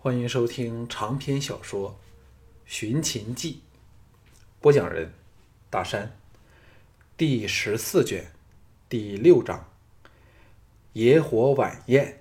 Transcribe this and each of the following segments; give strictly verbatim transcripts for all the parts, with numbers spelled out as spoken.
欢迎收听长篇小说《寻秦记》，播讲人大山，第十四卷第六章野火晚宴。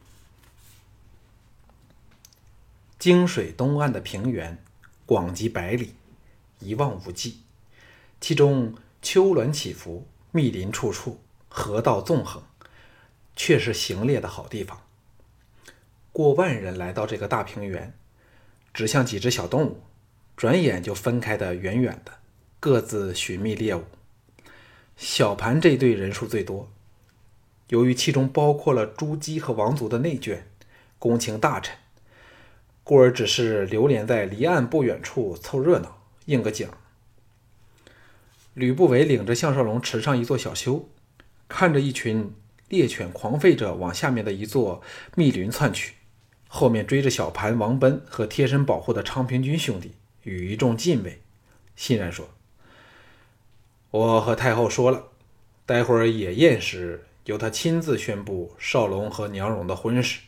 泾水东岸的平原广及百里，一望无际，其中丘峦起伏，密林处处，河道纵横，却是行猎的好地方。过万人来到这个大平原，只像几只小动物，转眼就分开得远远的，各自寻觅猎物。小盘这队人数最多，由于其中包括了朱姬和王族的内眷、公卿大臣，故而只是流连在离岸不远处凑热闹，应个景。吕不韦领着项少龙驰上一座小丘，看着一群猎犬狂吠着往下面的一座密林窜去，后面追着小盘、王奔和贴身保护的昌平君兄弟，与一众禁卫，欣然说：“我和太后说了，待会儿野宴时，由他亲自宣布少龙和娘荣的婚事。”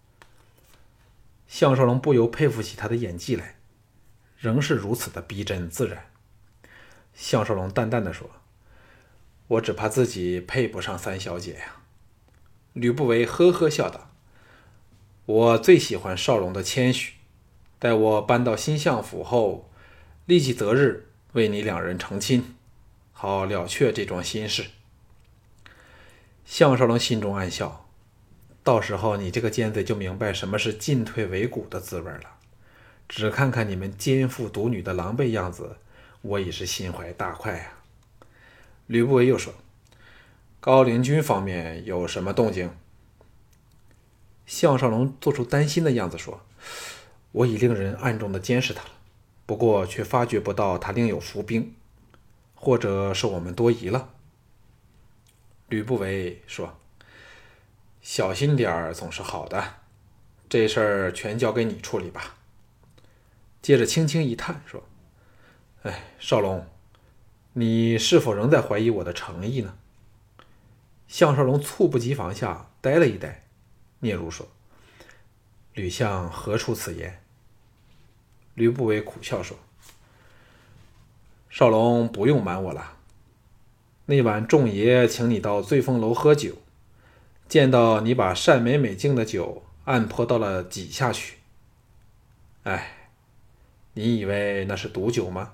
项少龙不由佩服起他的演技来，仍是如此的逼真自然。项少龙淡淡的说：“我只怕自己配不上三小姐呀。”吕不韦呵呵笑道：“我最喜欢少龙的谦虚，待我搬到新相府后，立即择日为你两人成亲，好了却这桩心事。”项少龙心中暗笑，到时候你这个奸贼就明白什么是进退维谷的滋味了。只看看你们奸妇独女的狼狈样子，我已是心怀大快啊。吕不韦又说：“高陵君方面有什么动静？”项少龙做出担心的样子说：“我已令人暗中的监视他了，不过却发觉不到他另有伏兵，或者是我们多疑了。”吕不韦说：“小心点儿总是好的，这事儿全交给你处理吧。”接着轻轻一叹说：“哎，少龙，你是否仍在怀疑我的诚意呢？”项少龙猝不及防下呆了一呆，嗫嚅说：“吕相何出此言？”吕不韦苦笑说：“少龙不用瞒我了，那晚众爷请你到醉风楼喝酒，见到你把单美美敬的酒暗泼到了几下去。哎，你以为那是毒酒吗？”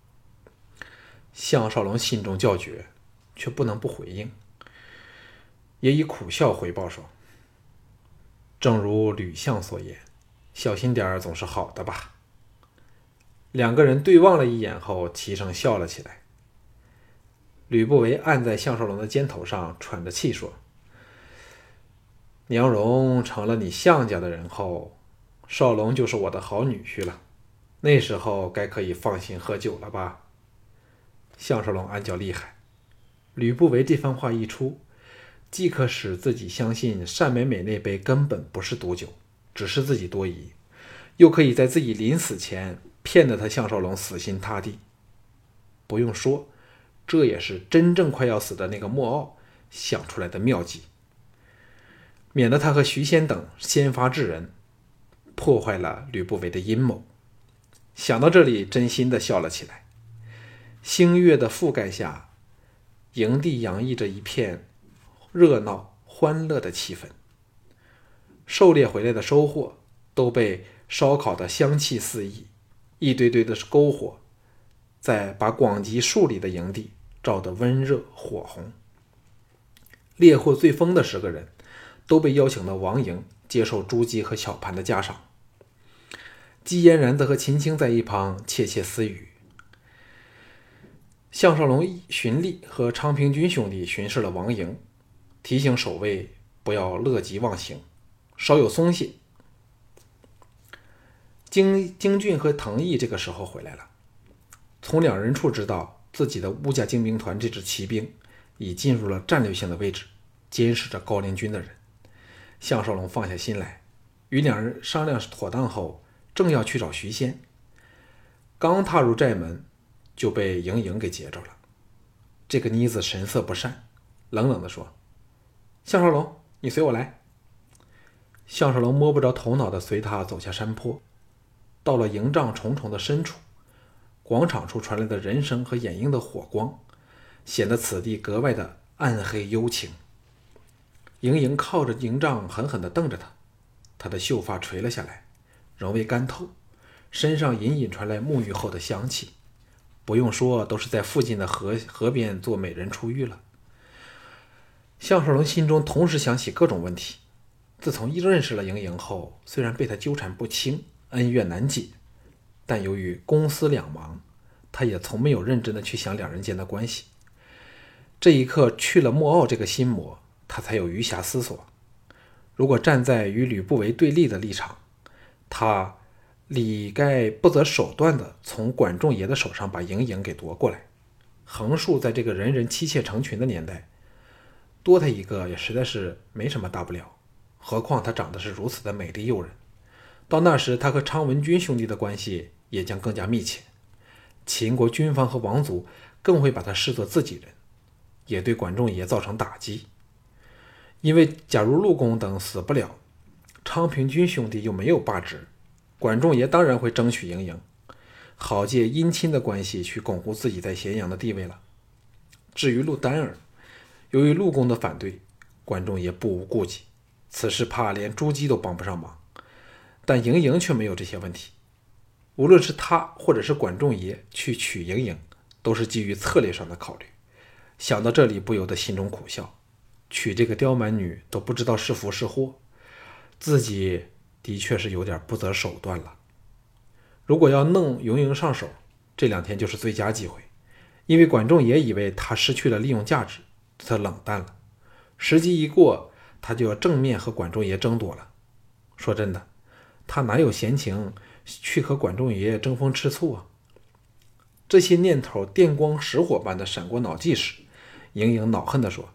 项少龙心中叫绝，却不能不回应，也以苦笑回报说：“正如吕相所言，小心点儿总是好的吧。”两个人对望了一眼后，齐声笑了起来。吕不韦按在项少龙的肩头上，喘着气说：“娘荣成了你项家的人后，少龙就是我的好女婿了，那时候该可以放心喝酒了吧？”项少龙暗叫厉害。吕不韦这番话一出，既可使自己相信单美美那杯根本不是毒酒，只是自己多疑，又可以在自己临死前骗得他项少龙死心塌地。不用说，这也是真正快要死的那个莫敖想出来的妙计，免得他和徐仙等先发制人，破坏了吕不韦的阴谋。想到这里，真心的笑了起来。星月的覆盖下，营地洋溢着一片热闹欢乐的气氛。狩猎回来的收获都被烧烤的香气四溢，一堆堆的篝火在把广及数里的营地照得温热火红。猎获最丰的十个人都被邀请到王营接受朱姬和小盘的嘉赏。姬嫣然则和秦青在一旁窃窃私语。项少龙循吏和昌平君兄弟巡视了王营，提醒守卫不要乐极忘形，稍有松懈。京京俊和滕毅这个时候回来了，从两人处知道自己的乌家精兵团这支骑兵已进入了战略性的位置，监视着高陵军的人。项少龙放下心来，与两人商量妥当后，正要去找徐仙，刚踏入寨门就被营营给截着了。这个妮子神色不善，冷冷地说：“项少龙，你随我来。” 项少龙摸不着头脑地随他走下山坡，到了营帐重重的深处，广场处传来的人声和掩映的火光，显得此地格外的暗黑幽情。盈盈靠着营帐狠狠地瞪着他，他的秀发垂了下来，仍未干透，身上隐隐传来沐浴后的香气，不用说，都是在附近的河河边做美人出浴了。项少龙心中同时想起各种问题。自从认识了盈盈后，虽然被他纠缠不清，恩怨难解，但由于公私两忙，他也从没有认真的去想两人间的关系。这一刻去了莫傲这个心魔，他才有余暇思索。如果站在与吕不韦对立的立场，他理该不择手段的从管仲爷的手上把盈盈给夺过来。横竖在这个人人妻妾成群的年代，多他一个也实在是没什么大不了，何况她长得是如此的美丽诱人。到那时，他和昌文君兄弟的关系也将更加密切，秦国军方和王族更会把他视作自己人，也对管仲爷造成打击。因为假如陆公等死不了，昌平君兄弟又没有罢职，管仲爷当然会争取盈盈，好借姻亲的关系去巩固自己在咸阳的地位了。至于陆丹儿，由于陆公的反对，管仲爷不无顾忌，此事怕连朱姬都帮不上忙。但盈盈却没有这些问题，无论是他或者是管仲爷去娶盈盈，都是基于策略上的考虑。想到这里，不由得心中苦笑，娶这个刁蛮女都不知道是福是祸，自己的确是有点不择手段了。如果要弄盈盈上手，这两天就是最佳机会，因为管仲爷以为他失去了利用价值，对他冷淡了，时机一过，他就要正面和管仲爷争夺了。说真的，他哪有闲情去和管仲爷争风吃醋啊？这些念头电光石火般的闪过脑际时，盈盈恼恨地说：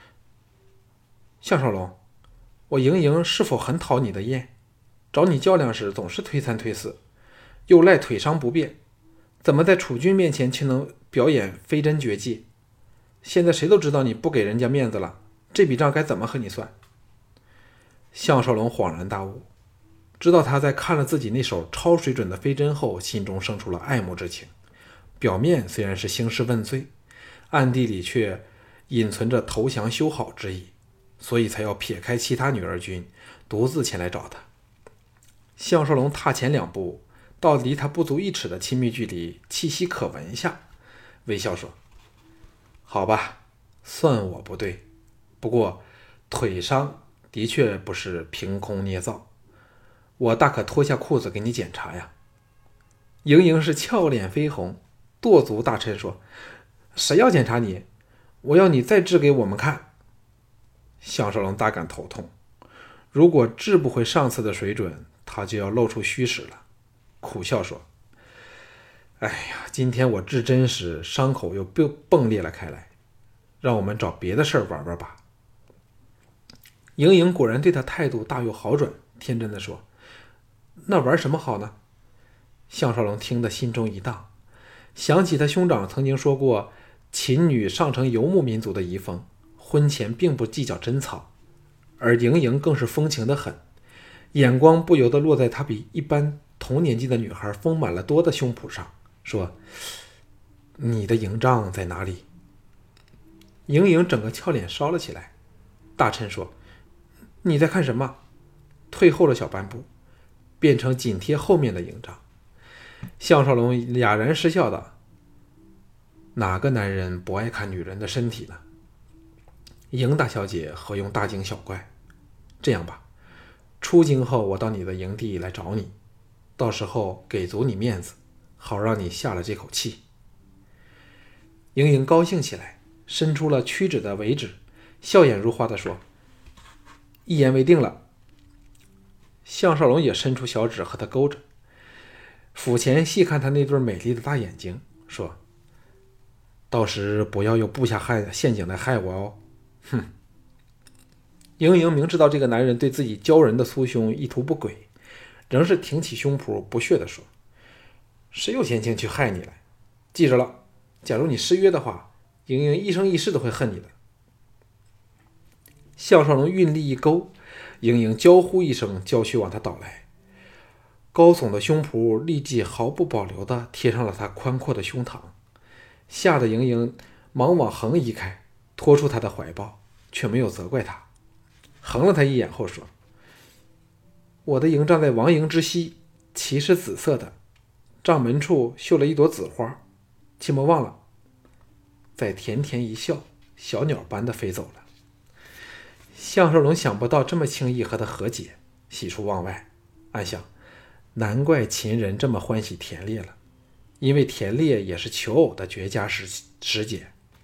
项少龙，我盈盈是否很讨你的厌？找你较量时总是推三推四，又赖腿伤不便，怎么在楚军面前却能表演飞针绝技？现在谁都知道你不给人家面子了，这笔账该怎么和你算？项少龙恍然大悟，知道他在看了自己那手超水准的飞针后，心中生出了爱慕之情。表面虽然是兴师问罪，暗地里却隐存着投降修好之意，所以才要撇开其他女儿军，独自前来找他。项少龙踏前两步，到离他不足一尺的亲密距离，气息可闻下，微笑说：好吧，算我不对，不过腿伤的确不是凭空捏造，我大可脱下裤子给你检查呀。盈盈是俏脸绯红，跺足大嗔说：谁要检查你？我要你再治给我们看。项少龙大感头痛，如果治不回上次的水准，他就要露出虚实了，苦笑说：哎呀，今天我治针时伤口又迸裂了开来，让我们找别的事儿玩玩吧。盈盈果然对他态度大有好转，天真的说：那玩什么好呢？项少龙听得心中一荡，想起他兄长曾经说过，秦女上承游牧民族的遗风，婚前并不计较贞操，而盈盈更是风情的很，眼光不由得落在他比一般同年纪的女孩丰满了多的胸脯上，说：你的营帐在哪里？盈盈整个俏脸烧了起来，大嗔说：你在看什么？退后了小半步，变成紧贴后面的营帐。项少龙哑然失笑道：哪个男人不爱看女人的身体呢？盈大小姐何用大惊小怪？这样吧，出京后我到你的营地来找你，到时候给足你面子，好让你下了这口气。盈盈高兴起来，伸出了屈指的尾指，笑眼如花地说：一言为定了。项少龙也伸出小指和他勾着，俯前细看他那对美丽的大眼睛，说：到时不要又布下害陷阱来害我哦。哼！盈盈明知道这个男人对自己骄人的酥胸意图不轨，仍是挺起胸脯不屑地说：谁有闲情去害你来？记着了，假如你失约的话，盈盈一生一世都会恨你的。项少龙运力一勾， 盈盈娇呼一声，娇躯往他倒来。高耸的胸脯立即毫不保留地贴上了他宽阔的胸膛，吓得盈盈忙往横移开，拖出他的怀抱，却没有责怪他，横了他一眼后说：“我的营帐在王营之西，旗是紫色的，帐门处绣了一朵紫花，切莫忘了。”再甜甜一笑，小鸟般的飞走了。项少龙想不到这么轻易和他和解，喜出望外，暗想难怪秦人这么欢喜田猎了，因为田猎也是求偶的绝佳时时节。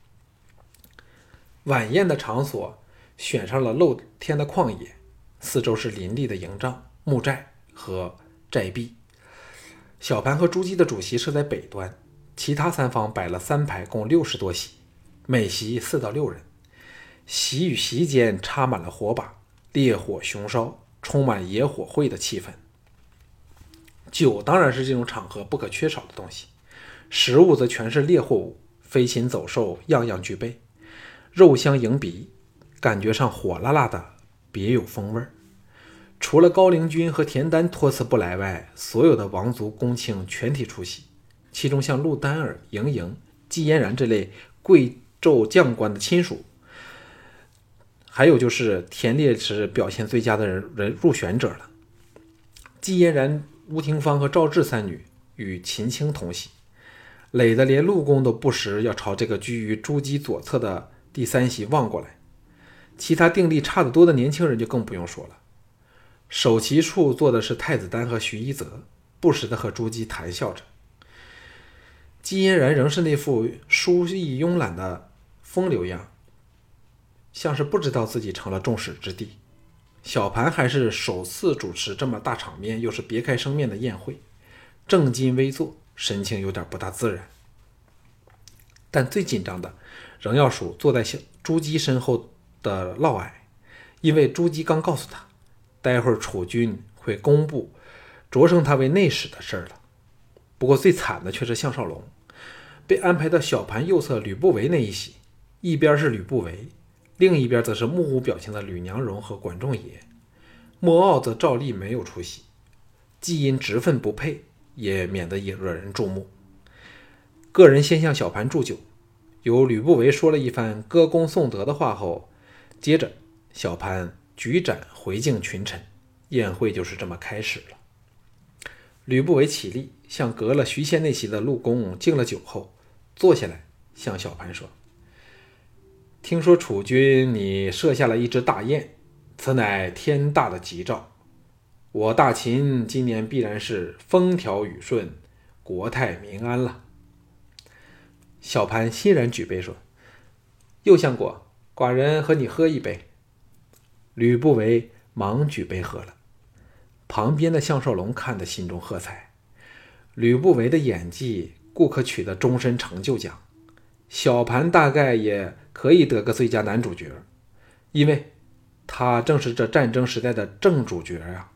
晚宴的场所选上了露天的旷野，四周是林立的营帐、木寨和寨壁。小盘和朱姬的主席设在北端，其他三方摆了三排，共六十多席，每席四到六人。席与席间插满了火把，烈火熊烧，充满野火会的气氛。酒当然是这种场合不可缺少的东西，食物则全是猎货物，飞禽走兽样样俱备，肉香迎鼻，感觉上火辣辣的，别有风味。除了高陵君和田丹托辞不来外，所有的王族公卿全体出席，其中像陆丹儿、盈盈、季嫣然这类贵胄将官的亲属，还有就是田猎时表现最佳的人人入选者了。季嫣然、吴廷芳和赵志三女与秦青同席，累得连陆公都不时要朝这个居于朱姬左侧的第三席望过来。其他定力差得多的年轻人就更不用说了。首席处坐的是太子丹和徐一泽，不时地和朱姬谈笑着。季嫣然仍是那副疏逸慵懒的风流样，像是不知道自己成了众矢之的。小盘还是首次主持这么大场面又是别开生面的宴会，正襟危坐，神情有点不大自然。但最紧张的仍要数坐在朱姬身后的嫪毐，因为朱姬刚告诉他，待会儿楚军会公布擢升他为内史的事儿了。不过最惨的却是项少龙，被安排到小盘右侧吕不韦那一席，一边是吕不韦，另一边则是木无表情的吕娘荣和管仲爷。莫傲则照例没有出席，既因职分不配，也免得惹人注目。个人先向小盘祝酒，由吕不韦说了一番歌功颂德的话后，接着小盘举盏回敬群臣，宴会就是这么开始了。吕不韦起立，向隔了徐仙那席的陆公敬了酒后，坐下来向小盘说：“听说楚军你设下了一只大宴，此乃天大的吉兆。我大秦今年必然是风调雨顺，国泰民安了。”小盘欣然举杯说：“右相国，寡人和你喝一杯。”吕不韦忙举杯喝了。旁边的项少龙看得心中喝彩，吕不韦的演技固可取得终身成就奖，小盘大概也可以得个最佳男主角，因为他正是这战争时代的正主角啊。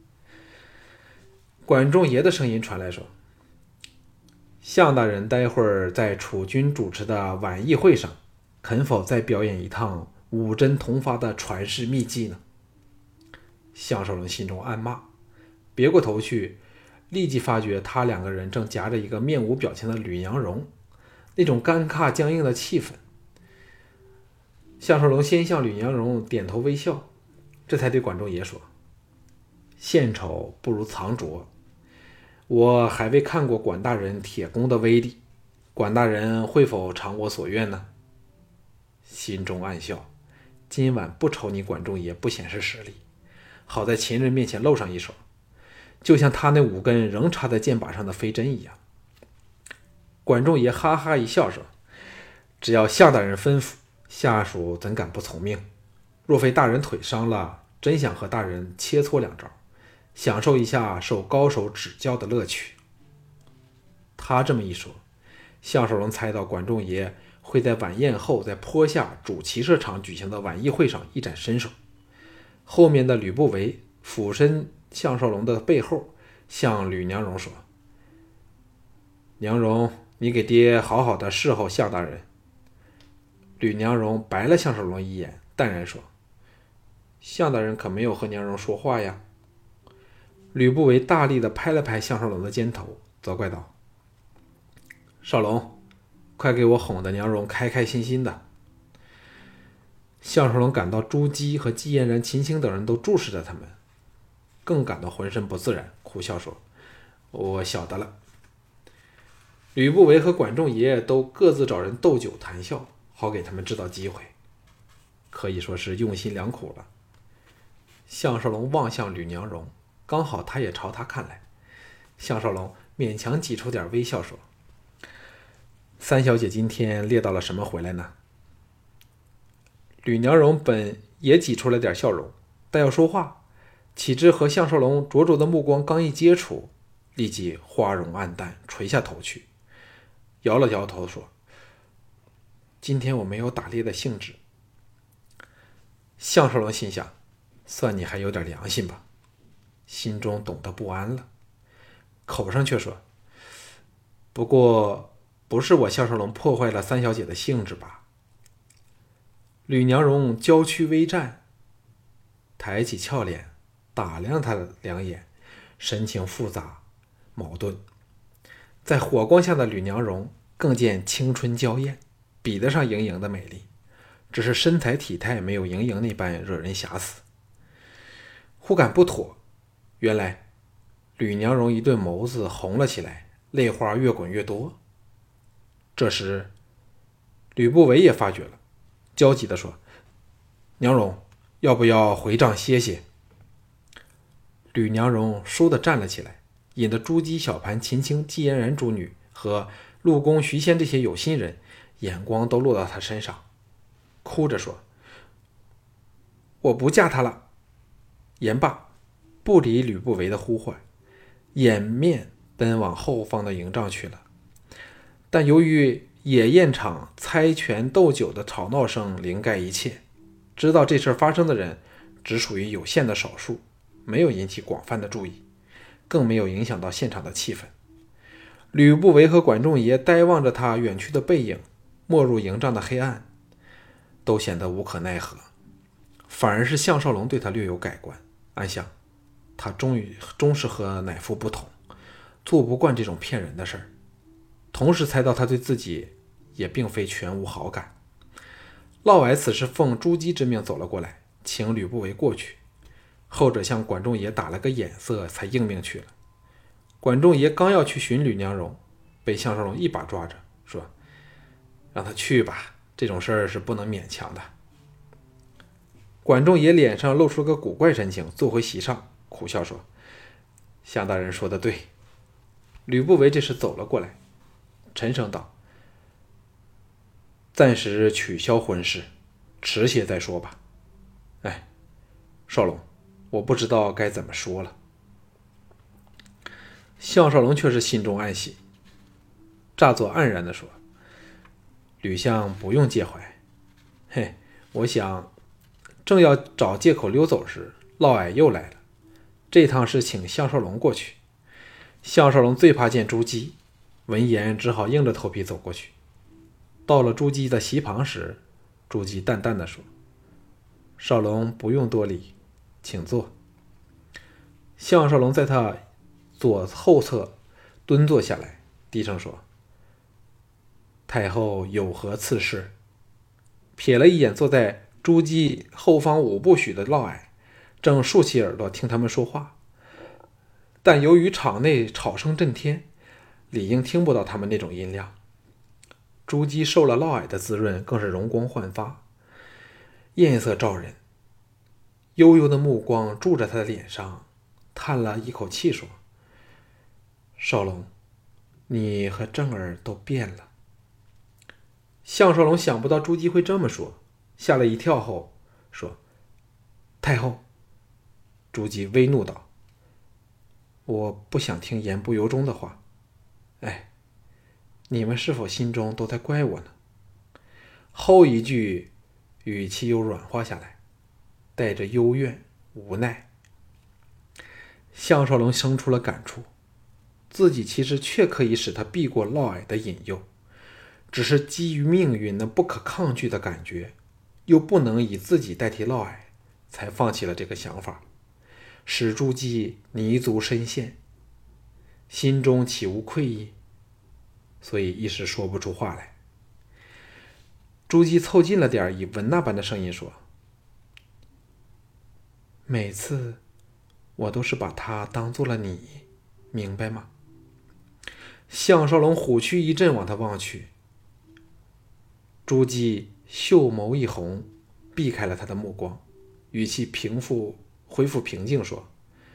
管仲爷的声音传来说：“项大人待会儿在楚军主持的晚宴会上，肯否再表演一趟五针同发的传世秘技呢？”项少龙心中暗骂，别过头去，立即发觉他两个人正夹着一个面无表情的吕娘荣，那种尴尬僵硬的气氛。项少龙先向吕娘荣点头微笑，这才对管仲爷说：“献丑不如藏拙，我还未看过管大人铁弓的威力，管大人会否偿我所愿呢？”心中暗笑，今晚不愁你管仲爷不显示实力，好在秦人面前露上一手，就像他那五根仍插在剑把上的飞针一样。管仲爷哈哈一笑说：“只要项大人吩咐，下属怎敢不从命？若非大人腿伤了，真想和大人切磋两招，享受一下受高手指教的乐趣。”他这么一说，项少龙猜到管仲爷会在晚宴后在坡下主骑射场举行的晚宴会上一展身手。后面的吕不韦俯身项少龙的背后，向吕娘荣说：“娘荣，你给爹好好的侍候项大人。”吕娘荣白了项少龙一眼，淡然说：“ 向大人可没有和娘荣说话呀。吕不韦大力地拍了拍项少龙的肩头，责怪道：少龙，快给我哄得娘荣开开心心的。项少龙感到朱姬和姬嫣然、秦青等人都注视着他们，更感到浑身不自然，苦笑说：我晓得了。吕不韦和管仲爷都各自找人斗酒谈笑，好给他们制造机会，可以说是用心良苦了。项少龙望向吕娘荣，刚好他也朝他看来。项少龙勉强挤出点微笑说：三小姐今天猎到了什么回来呢？吕娘荣本也挤出了点笑容，但要说话，岂知和项少龙灼灼的目光刚一接触，立即花容暗淡，垂下头去，摇了摇头说：今天我没有打猎的兴致。项少龙心想，算你还有点良心吧，心中懂得不安了，口上却说：不过不是我项少龙破坏了三小姐的兴致吧？吕娘荣娇躯微颤，抬起俏脸打量他两眼，神情复杂矛盾。在火光下的吕娘荣更见青春娇艳，比得上盈盈的美丽，只是身材体态没有盈盈那般惹人遐思。忽感不妥，原来吕娘荣一对眸子红了起来，泪花越滚越多。这时吕不韦也发觉了，焦急地说：娘荣，要不要回帐歇歇？吕娘荣倏地站了起来，引得朱姬、小盘、秦青、季嫣然诸女和陆公、徐仙这些有心人眼光都落到她身上，哭着说：我不嫁他了。言罢，不理吕不韦的呼唤，掩面奔往后方的营帐去了。但由于野宴场猜拳斗酒的吵闹声凌盖一切，知道这事发生的人只属于有限的少数，没有引起广泛的注意，更没有影响到现场的气氛。吕不韦和管仲爷呆望着他远去的背影，没入营帐的黑暗，都显得无可奈何。反而是项少龙对他略有改观，暗想他终于终是和乃父不同，做不惯这种骗人的事儿。同时猜到他对自己也并非全无好感。嫪毐此时奉朱姬之命走了过来，请吕不韦过去。后者向管仲爷打了个眼色，才应命去了。管仲爷刚要去寻吕娘荣，被项少龙一把抓着，说：让他去吧，这种事儿是不能勉强的。管仲爷脸上露出个古怪神情，坐回席上，苦笑说：项大人说得对。吕不韦这时走了过来，沉声道：暂时取消婚事，迟些再说吧。哎，少龙，我不知道该怎么说了。项少龙却是心中暗喜，乍作黯然地说：吕相不用介怀。嘿，我想正要找借口溜走时，嫪毐又来了，这趟是请项少龙过去。项少龙最怕见朱姬，闻言只好硬着头皮走过去。到了朱姬的席旁时，朱姬淡淡地说：少龙不用多礼，请坐。项少龙在他左后侧蹲坐下来，低声说：太后有何赐事？瞥了一眼坐在朱姬后方五步许的嫪毐，正竖起耳朵听他们说话，但由于场内吵声震天，理应听不到他们那种音量。朱姬受了嫪毐的滋润，更是容光焕发，艳色照人，悠悠的目光注在他的脸上，叹了一口气说：少龙，你和正儿都变了。项少龙想不到朱姬会这么说，吓了一跳后说：太后。朱姬微怒道：我不想听言不由衷的话。哎，你们是否心中都在怪我呢？后一句语气又软化下来，带着幽怨无奈。项少龙生出了感触，自己其实确可以使他避过嫪毐的引诱，只是基于命运那不可抗拒的感觉，又不能以自己代替嫪毐， 才放弃了这个想法，使朱姬泥足深陷，心中岂无愧意，所以一时说不出话来。朱姬凑近了点，以文那般的声音说：每次我都是把他当做了你，明白吗？项少龙虎躯一震，往他望去。朱姬秀眸一红，避开了他的目光，语气平复恢复平静说：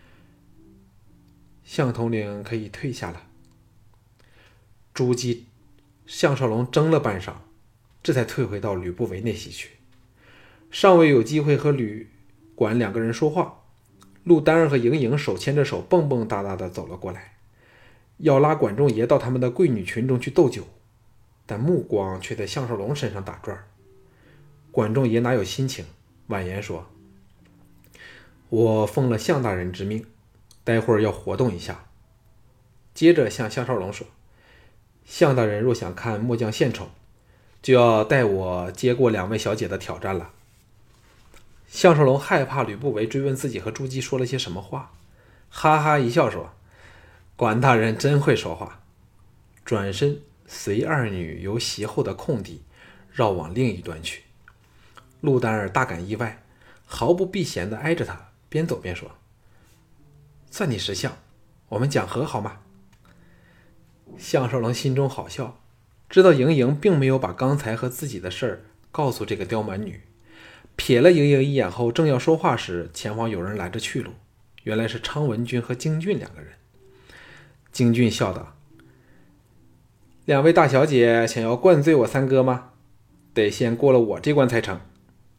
项统领可以退下了。朱姬项少龙怔了半晌，这才退回到吕不韦那席去，尚未有机会和吕管两个人说话，陆丹儿和莹莹手牵着手蹦蹦哒哒的走了过来，要拉管仲爷到他们的贵女群中去斗酒，但目光却在项少龙身上打转。管仲爷哪有心情，婉言说：我奉了项大人之命，待会儿要活动一下。接着向项少龙说：项大人若想看末将献丑，就要带我接过两位小姐的挑战了。项少龙害怕吕不韦追问自己和朱姬说了些什么话，哈哈一笑说：管大人真会说话。转身随二女由席后的空地绕往另一端去。陆丹儿大感意外，毫不避嫌地挨着他，边走边说：算你识相，我们讲和好吗？项少龙心中好笑，知道莹莹并没有把刚才和自己的事儿告诉这个刁蛮女，瞥了莹莹一眼后，正要说话时，前方有人拦着去路，原来是昌文君和京俊两个人。京俊笑道：两位大小姐想要灌醉我三哥吗？得先过了我这关才成。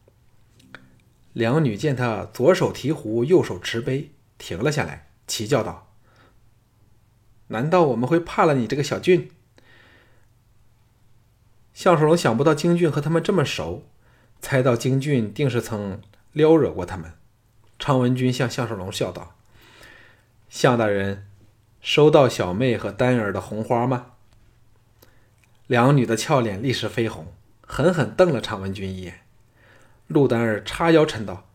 两女见他左手提壶，右手持杯，停了下来，齐叫道：难道我们会怕了你这个小俊？项少龙想不到京俊和他们这么熟，猜到京俊定是曾撩惹过他们。昌文君向项少龙笑道：项大人收到小妹和丹儿的红花吗？两女的俏脸立时绯红，狠狠瞪了昌文君一眼。陆丹儿叉腰嗔道：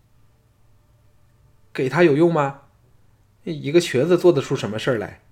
给他有用吗？一个瘸子做得出什么事儿来？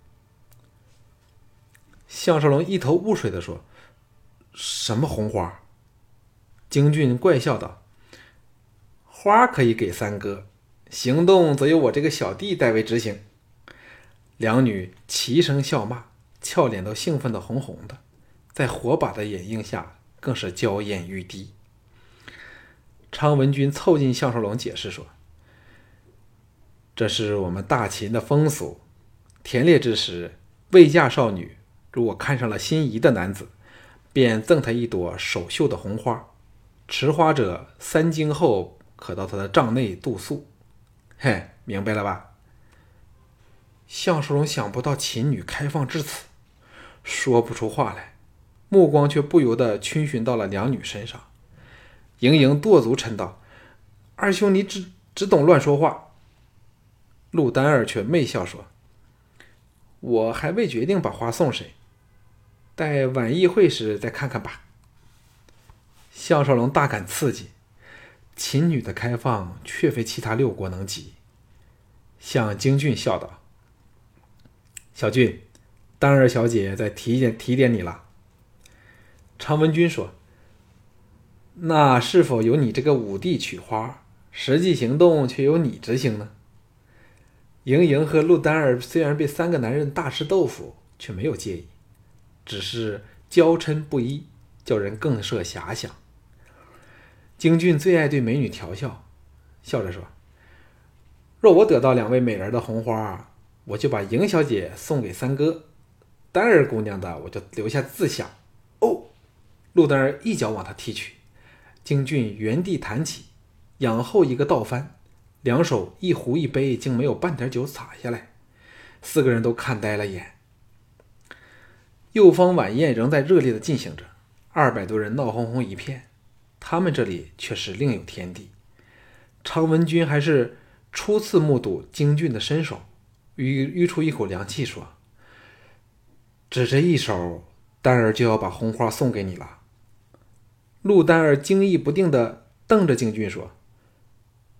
项少龙一头雾水地说：什么红花？京俊怪笑道：花可以给三哥，行动则由我这个小弟代为执行。两女齐声笑骂，俏脸都兴奋得红红的，在火把的掩映下更是娇艳欲滴。昌文君凑近项少龙解释说：这是我们大秦的风俗，田猎之时，未嫁少女如果看上了心仪的男子，便赠他一朵首秀的红花，持花者三更后可到他的帐内度宿。嘿，明白了吧？项少龙想不到秦女开放至此，说不出话来，目光却不由得逡巡到了两女身上。莹莹跺足嗔道：二兄你只只懂乱说话。陆丹儿却媚笑说：我还未决定把花送谁，待晚议会时再看看吧。项少龙大感刺激，秦女的开放却非其他六国能及。向京俊笑道：小俊，丹儿小姐在提点提点你了。昌文君说：那是否由你这个武帝取花，实际行动却由你执行呢？莹莹和陆丹儿虽然被三个男人大吃豆腐，却没有介意，只是娇嗔不一，叫人更设遐想。京俊最爱对美女调笑，笑着说：若我得到两位美人的红花，我就把莹小姐送给三哥，丹儿姑娘的我就留下自享。哦！陆丹儿一脚往他踢去，京俊原地弹起，仰后一个倒翻，两手一壶一杯，竟没有半点酒洒下来。四个人都看呆了眼。右方晚宴仍在热烈的进行着，二百多人闹哄哄一片，他们这里却是另有天地。昌文君还是初次目睹京俊的身手，吁吁出一口凉气说：只这一手，丹儿就要把红花送给你了。陆丹儿惊异不定地瞪着京俊说：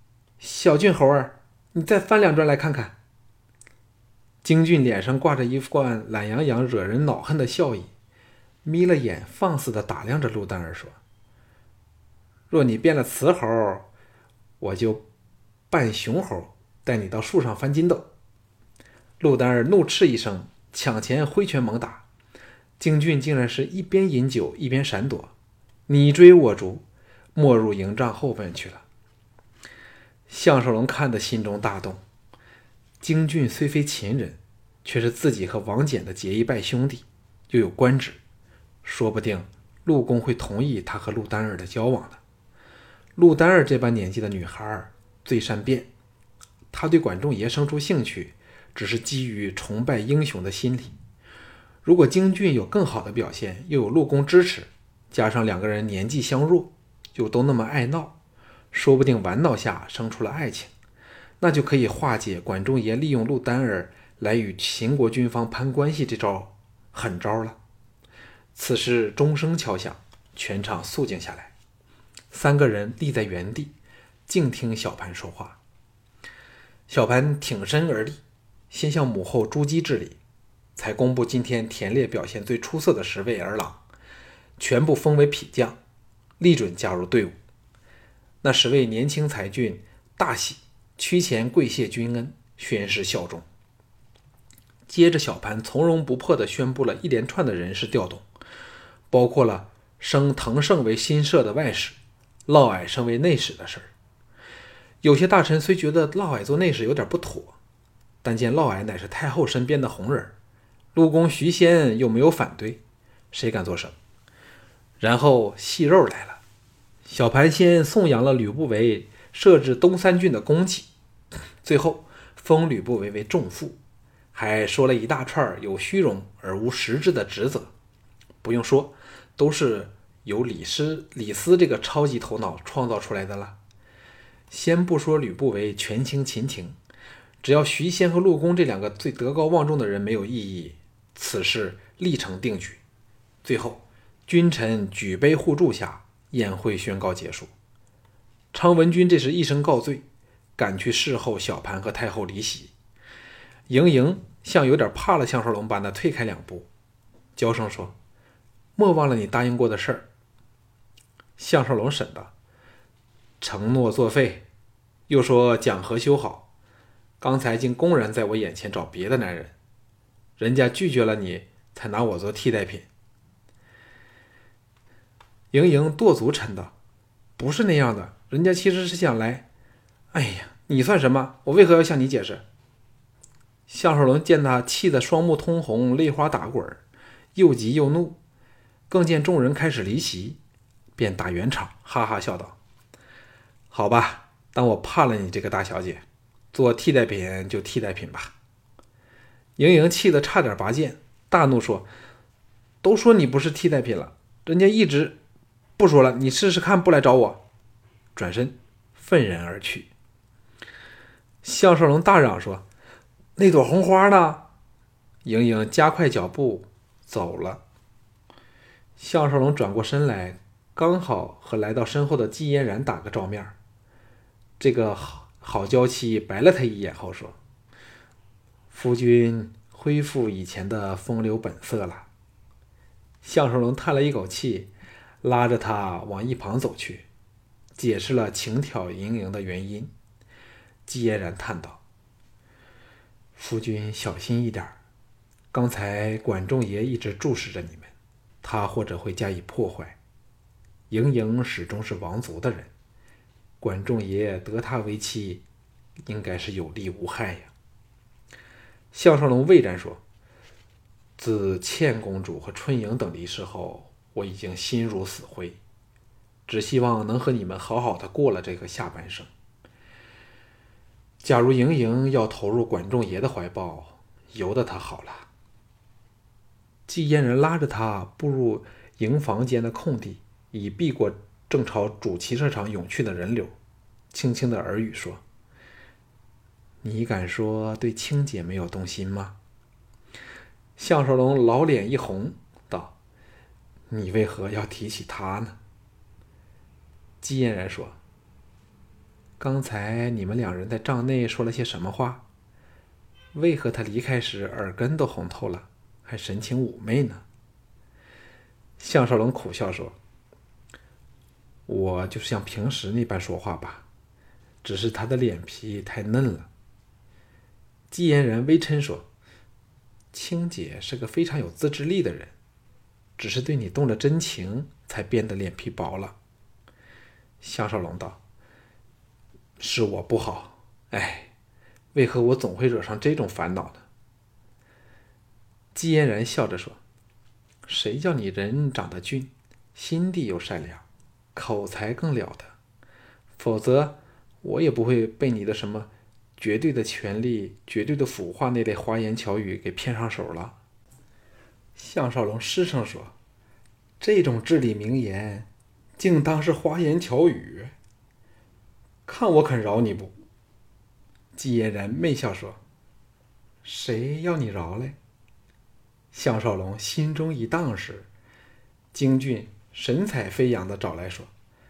小俊猴儿，你再翻两转来看看。”京俊脸上挂着一贯懒洋洋、惹人恼恨的笑意，眯了眼，放肆地打量着陆丹儿说：“若你变了雌猴，我就扮雄猴，带你到树上翻筋斗。”陆丹儿怒斥一声，抢前挥拳猛打。京俊竟然是一边饮酒一边闪躲，你追我逐，没入营帐后边去了。项少龙看得心中大动，京俊虽非秦人，却是自己和王翦的结义拜兄弟，又有官职，说不定陆公会同意他和陆丹儿的交往的。陆丹儿这般年纪的女孩最善变，她对管仲爷生出兴趣，只是基于崇拜英雄的心理。如果京俊有更好的表现，又有陆公支持，加上两个人年纪相若，又都那么爱闹，说不定玩闹下生出了爱情，那就可以化解管仲爷利用陆丹儿来与秦国军方攀关系这招狠招了。此时钟声敲响，全场肃静下来，三个人立在原地，静听小盘说话。小盘挺身而立，先向母后朱姬致礼，才公布今天田猎表现最出色的十位儿郎，全部封为匹将，力准加入队伍。那十位年轻才俊大喜，趋前跪谢君恩，宣誓效忠。接着小盘从容不迫地宣布了一连串的人事调动，包括了升滕胜为新社的外史，嫪毐升为内史的事儿。有些大臣虽觉得嫪毐做内史有点不妥，但见嫪毐乃是太后身边的红人，陆公徐仙又没有反对，谁敢作声？然后戏肉来了，小盘先颂扬了吕不韦设置东三郡的功绩，最后封吕不韦为仲父，还说了一大串有虚荣而无实质的职责。不用说，都是由李斯李斯这个超级头脑创造出来的了。先不说吕不韦权倾秦庭，只要徐仙和陆公这两个最德高望重的人没有异议，此事立成定局。最后君臣举杯互助下，宴会宣告结束。昌文君这时一声告罪，赶去侍候小盘和太后离席。盈盈像有点怕了项少龙般的退开两步，娇声说：“莫忘了你答应过的事儿。”项少龙审道：“承诺作废，又说讲和修好，刚才竟公然在我眼前找别的男人，人家拒绝了你，才拿我做替代品。”盈盈跺足嗔道：“不是那样的，人家其实是想来……哎呀，你算什么？我为何要向你解释？”项少龙见他气得双目通红，泪花打滚，又急又怒，更见众人开始离席，便打圆场，哈哈笑道：“好吧，当我怕了你这个大小姐，做替代品就替代品吧。”盈盈气得差点拔剑，大怒说：“都说你不是替代品了，人家一直不说了，你试试看不来找我。”转身愤然而去。项少龙大嚷说：“那朵红花呢？”盈盈加快脚步走了。项少龙转过身来，刚好和来到身后的季嫣然打个照面。这个好好娇妻白了他一眼后说：“夫君恢复以前的风流本色了。”项少龙叹了一口气，拉着他往一旁走去，解释了轻佻盈盈的原因。季嫣然叹道：“夫君小心一点，刚才管仲爷一直注视着你们，他或者会加以破坏。盈盈始终是王族的人，管仲爷得她为妻，应该是有利无害呀。”项少龙巍然说：“自倩公主和春莹等离世后，我已经心如死灰，只希望能和你们好好的过了这个下半生。假如盈盈要投入管仲爷的怀抱，由得他好了。”季嫣然拉着他步入营房间的空地，以避过正朝主骑射场涌去的人流，轻轻的耳语说：“你敢说对青姐没有动心吗？”项少龙老脸一红，道：“你为何要提起她呢？”季嫣然说：“ 刚才你们两人在帐内说了些什么话？为何他离开时耳根都红透了，还神情妩媚呢？”项少龙苦笑说：“我就是像平时那般说话吧，只是他的脸皮太嫩了。”姬嫣然微嗔说：“青姐是个非常有自制力的人，只是对你动了真情，才变得脸皮薄了。”项少龙道：“是我不好，哎，为何我总会惹上这种烦恼呢？”姬嫣然笑着说：“谁叫你人长得俊，心地又善良，口才更了得，否则我也不会被你的什么绝对的权力、绝对的腐化那类花言巧语给骗上手了。”项少龙失声说：“这种至理名言，竟当是花言巧语？看我肯饶你不？”姬嫣然媚笑说：“谁要你饶嘞？”项少龙心中一荡时，京俊神采飞扬地找来说：“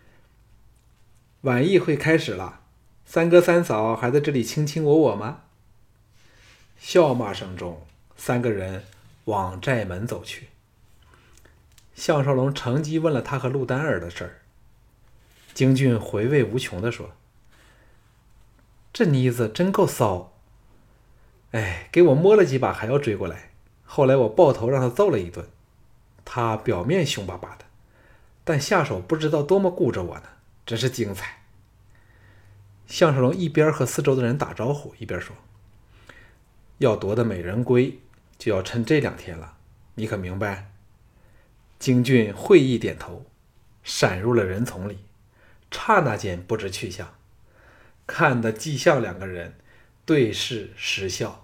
晚议会开始了，三哥三嫂还在这里卿卿我我吗？”笑骂声中，三个人往寨门走去。项少龙乘机问了他和陆丹儿的事儿。京俊回味无穷地说：“这妮子真够骚，哎，给我摸了几把还要追过来，后来我抱头让他揍了一顿。他表面凶巴巴的，但下手不知道多么顾着我呢，真是精彩。”项少龙一边和四周的人打招呼，一边说：“要夺得美人归，就要趁这两天了，你可明白？”京俊会意点头，闪入了人丛里，刹那间不知去向，看得季相两个人对视失笑。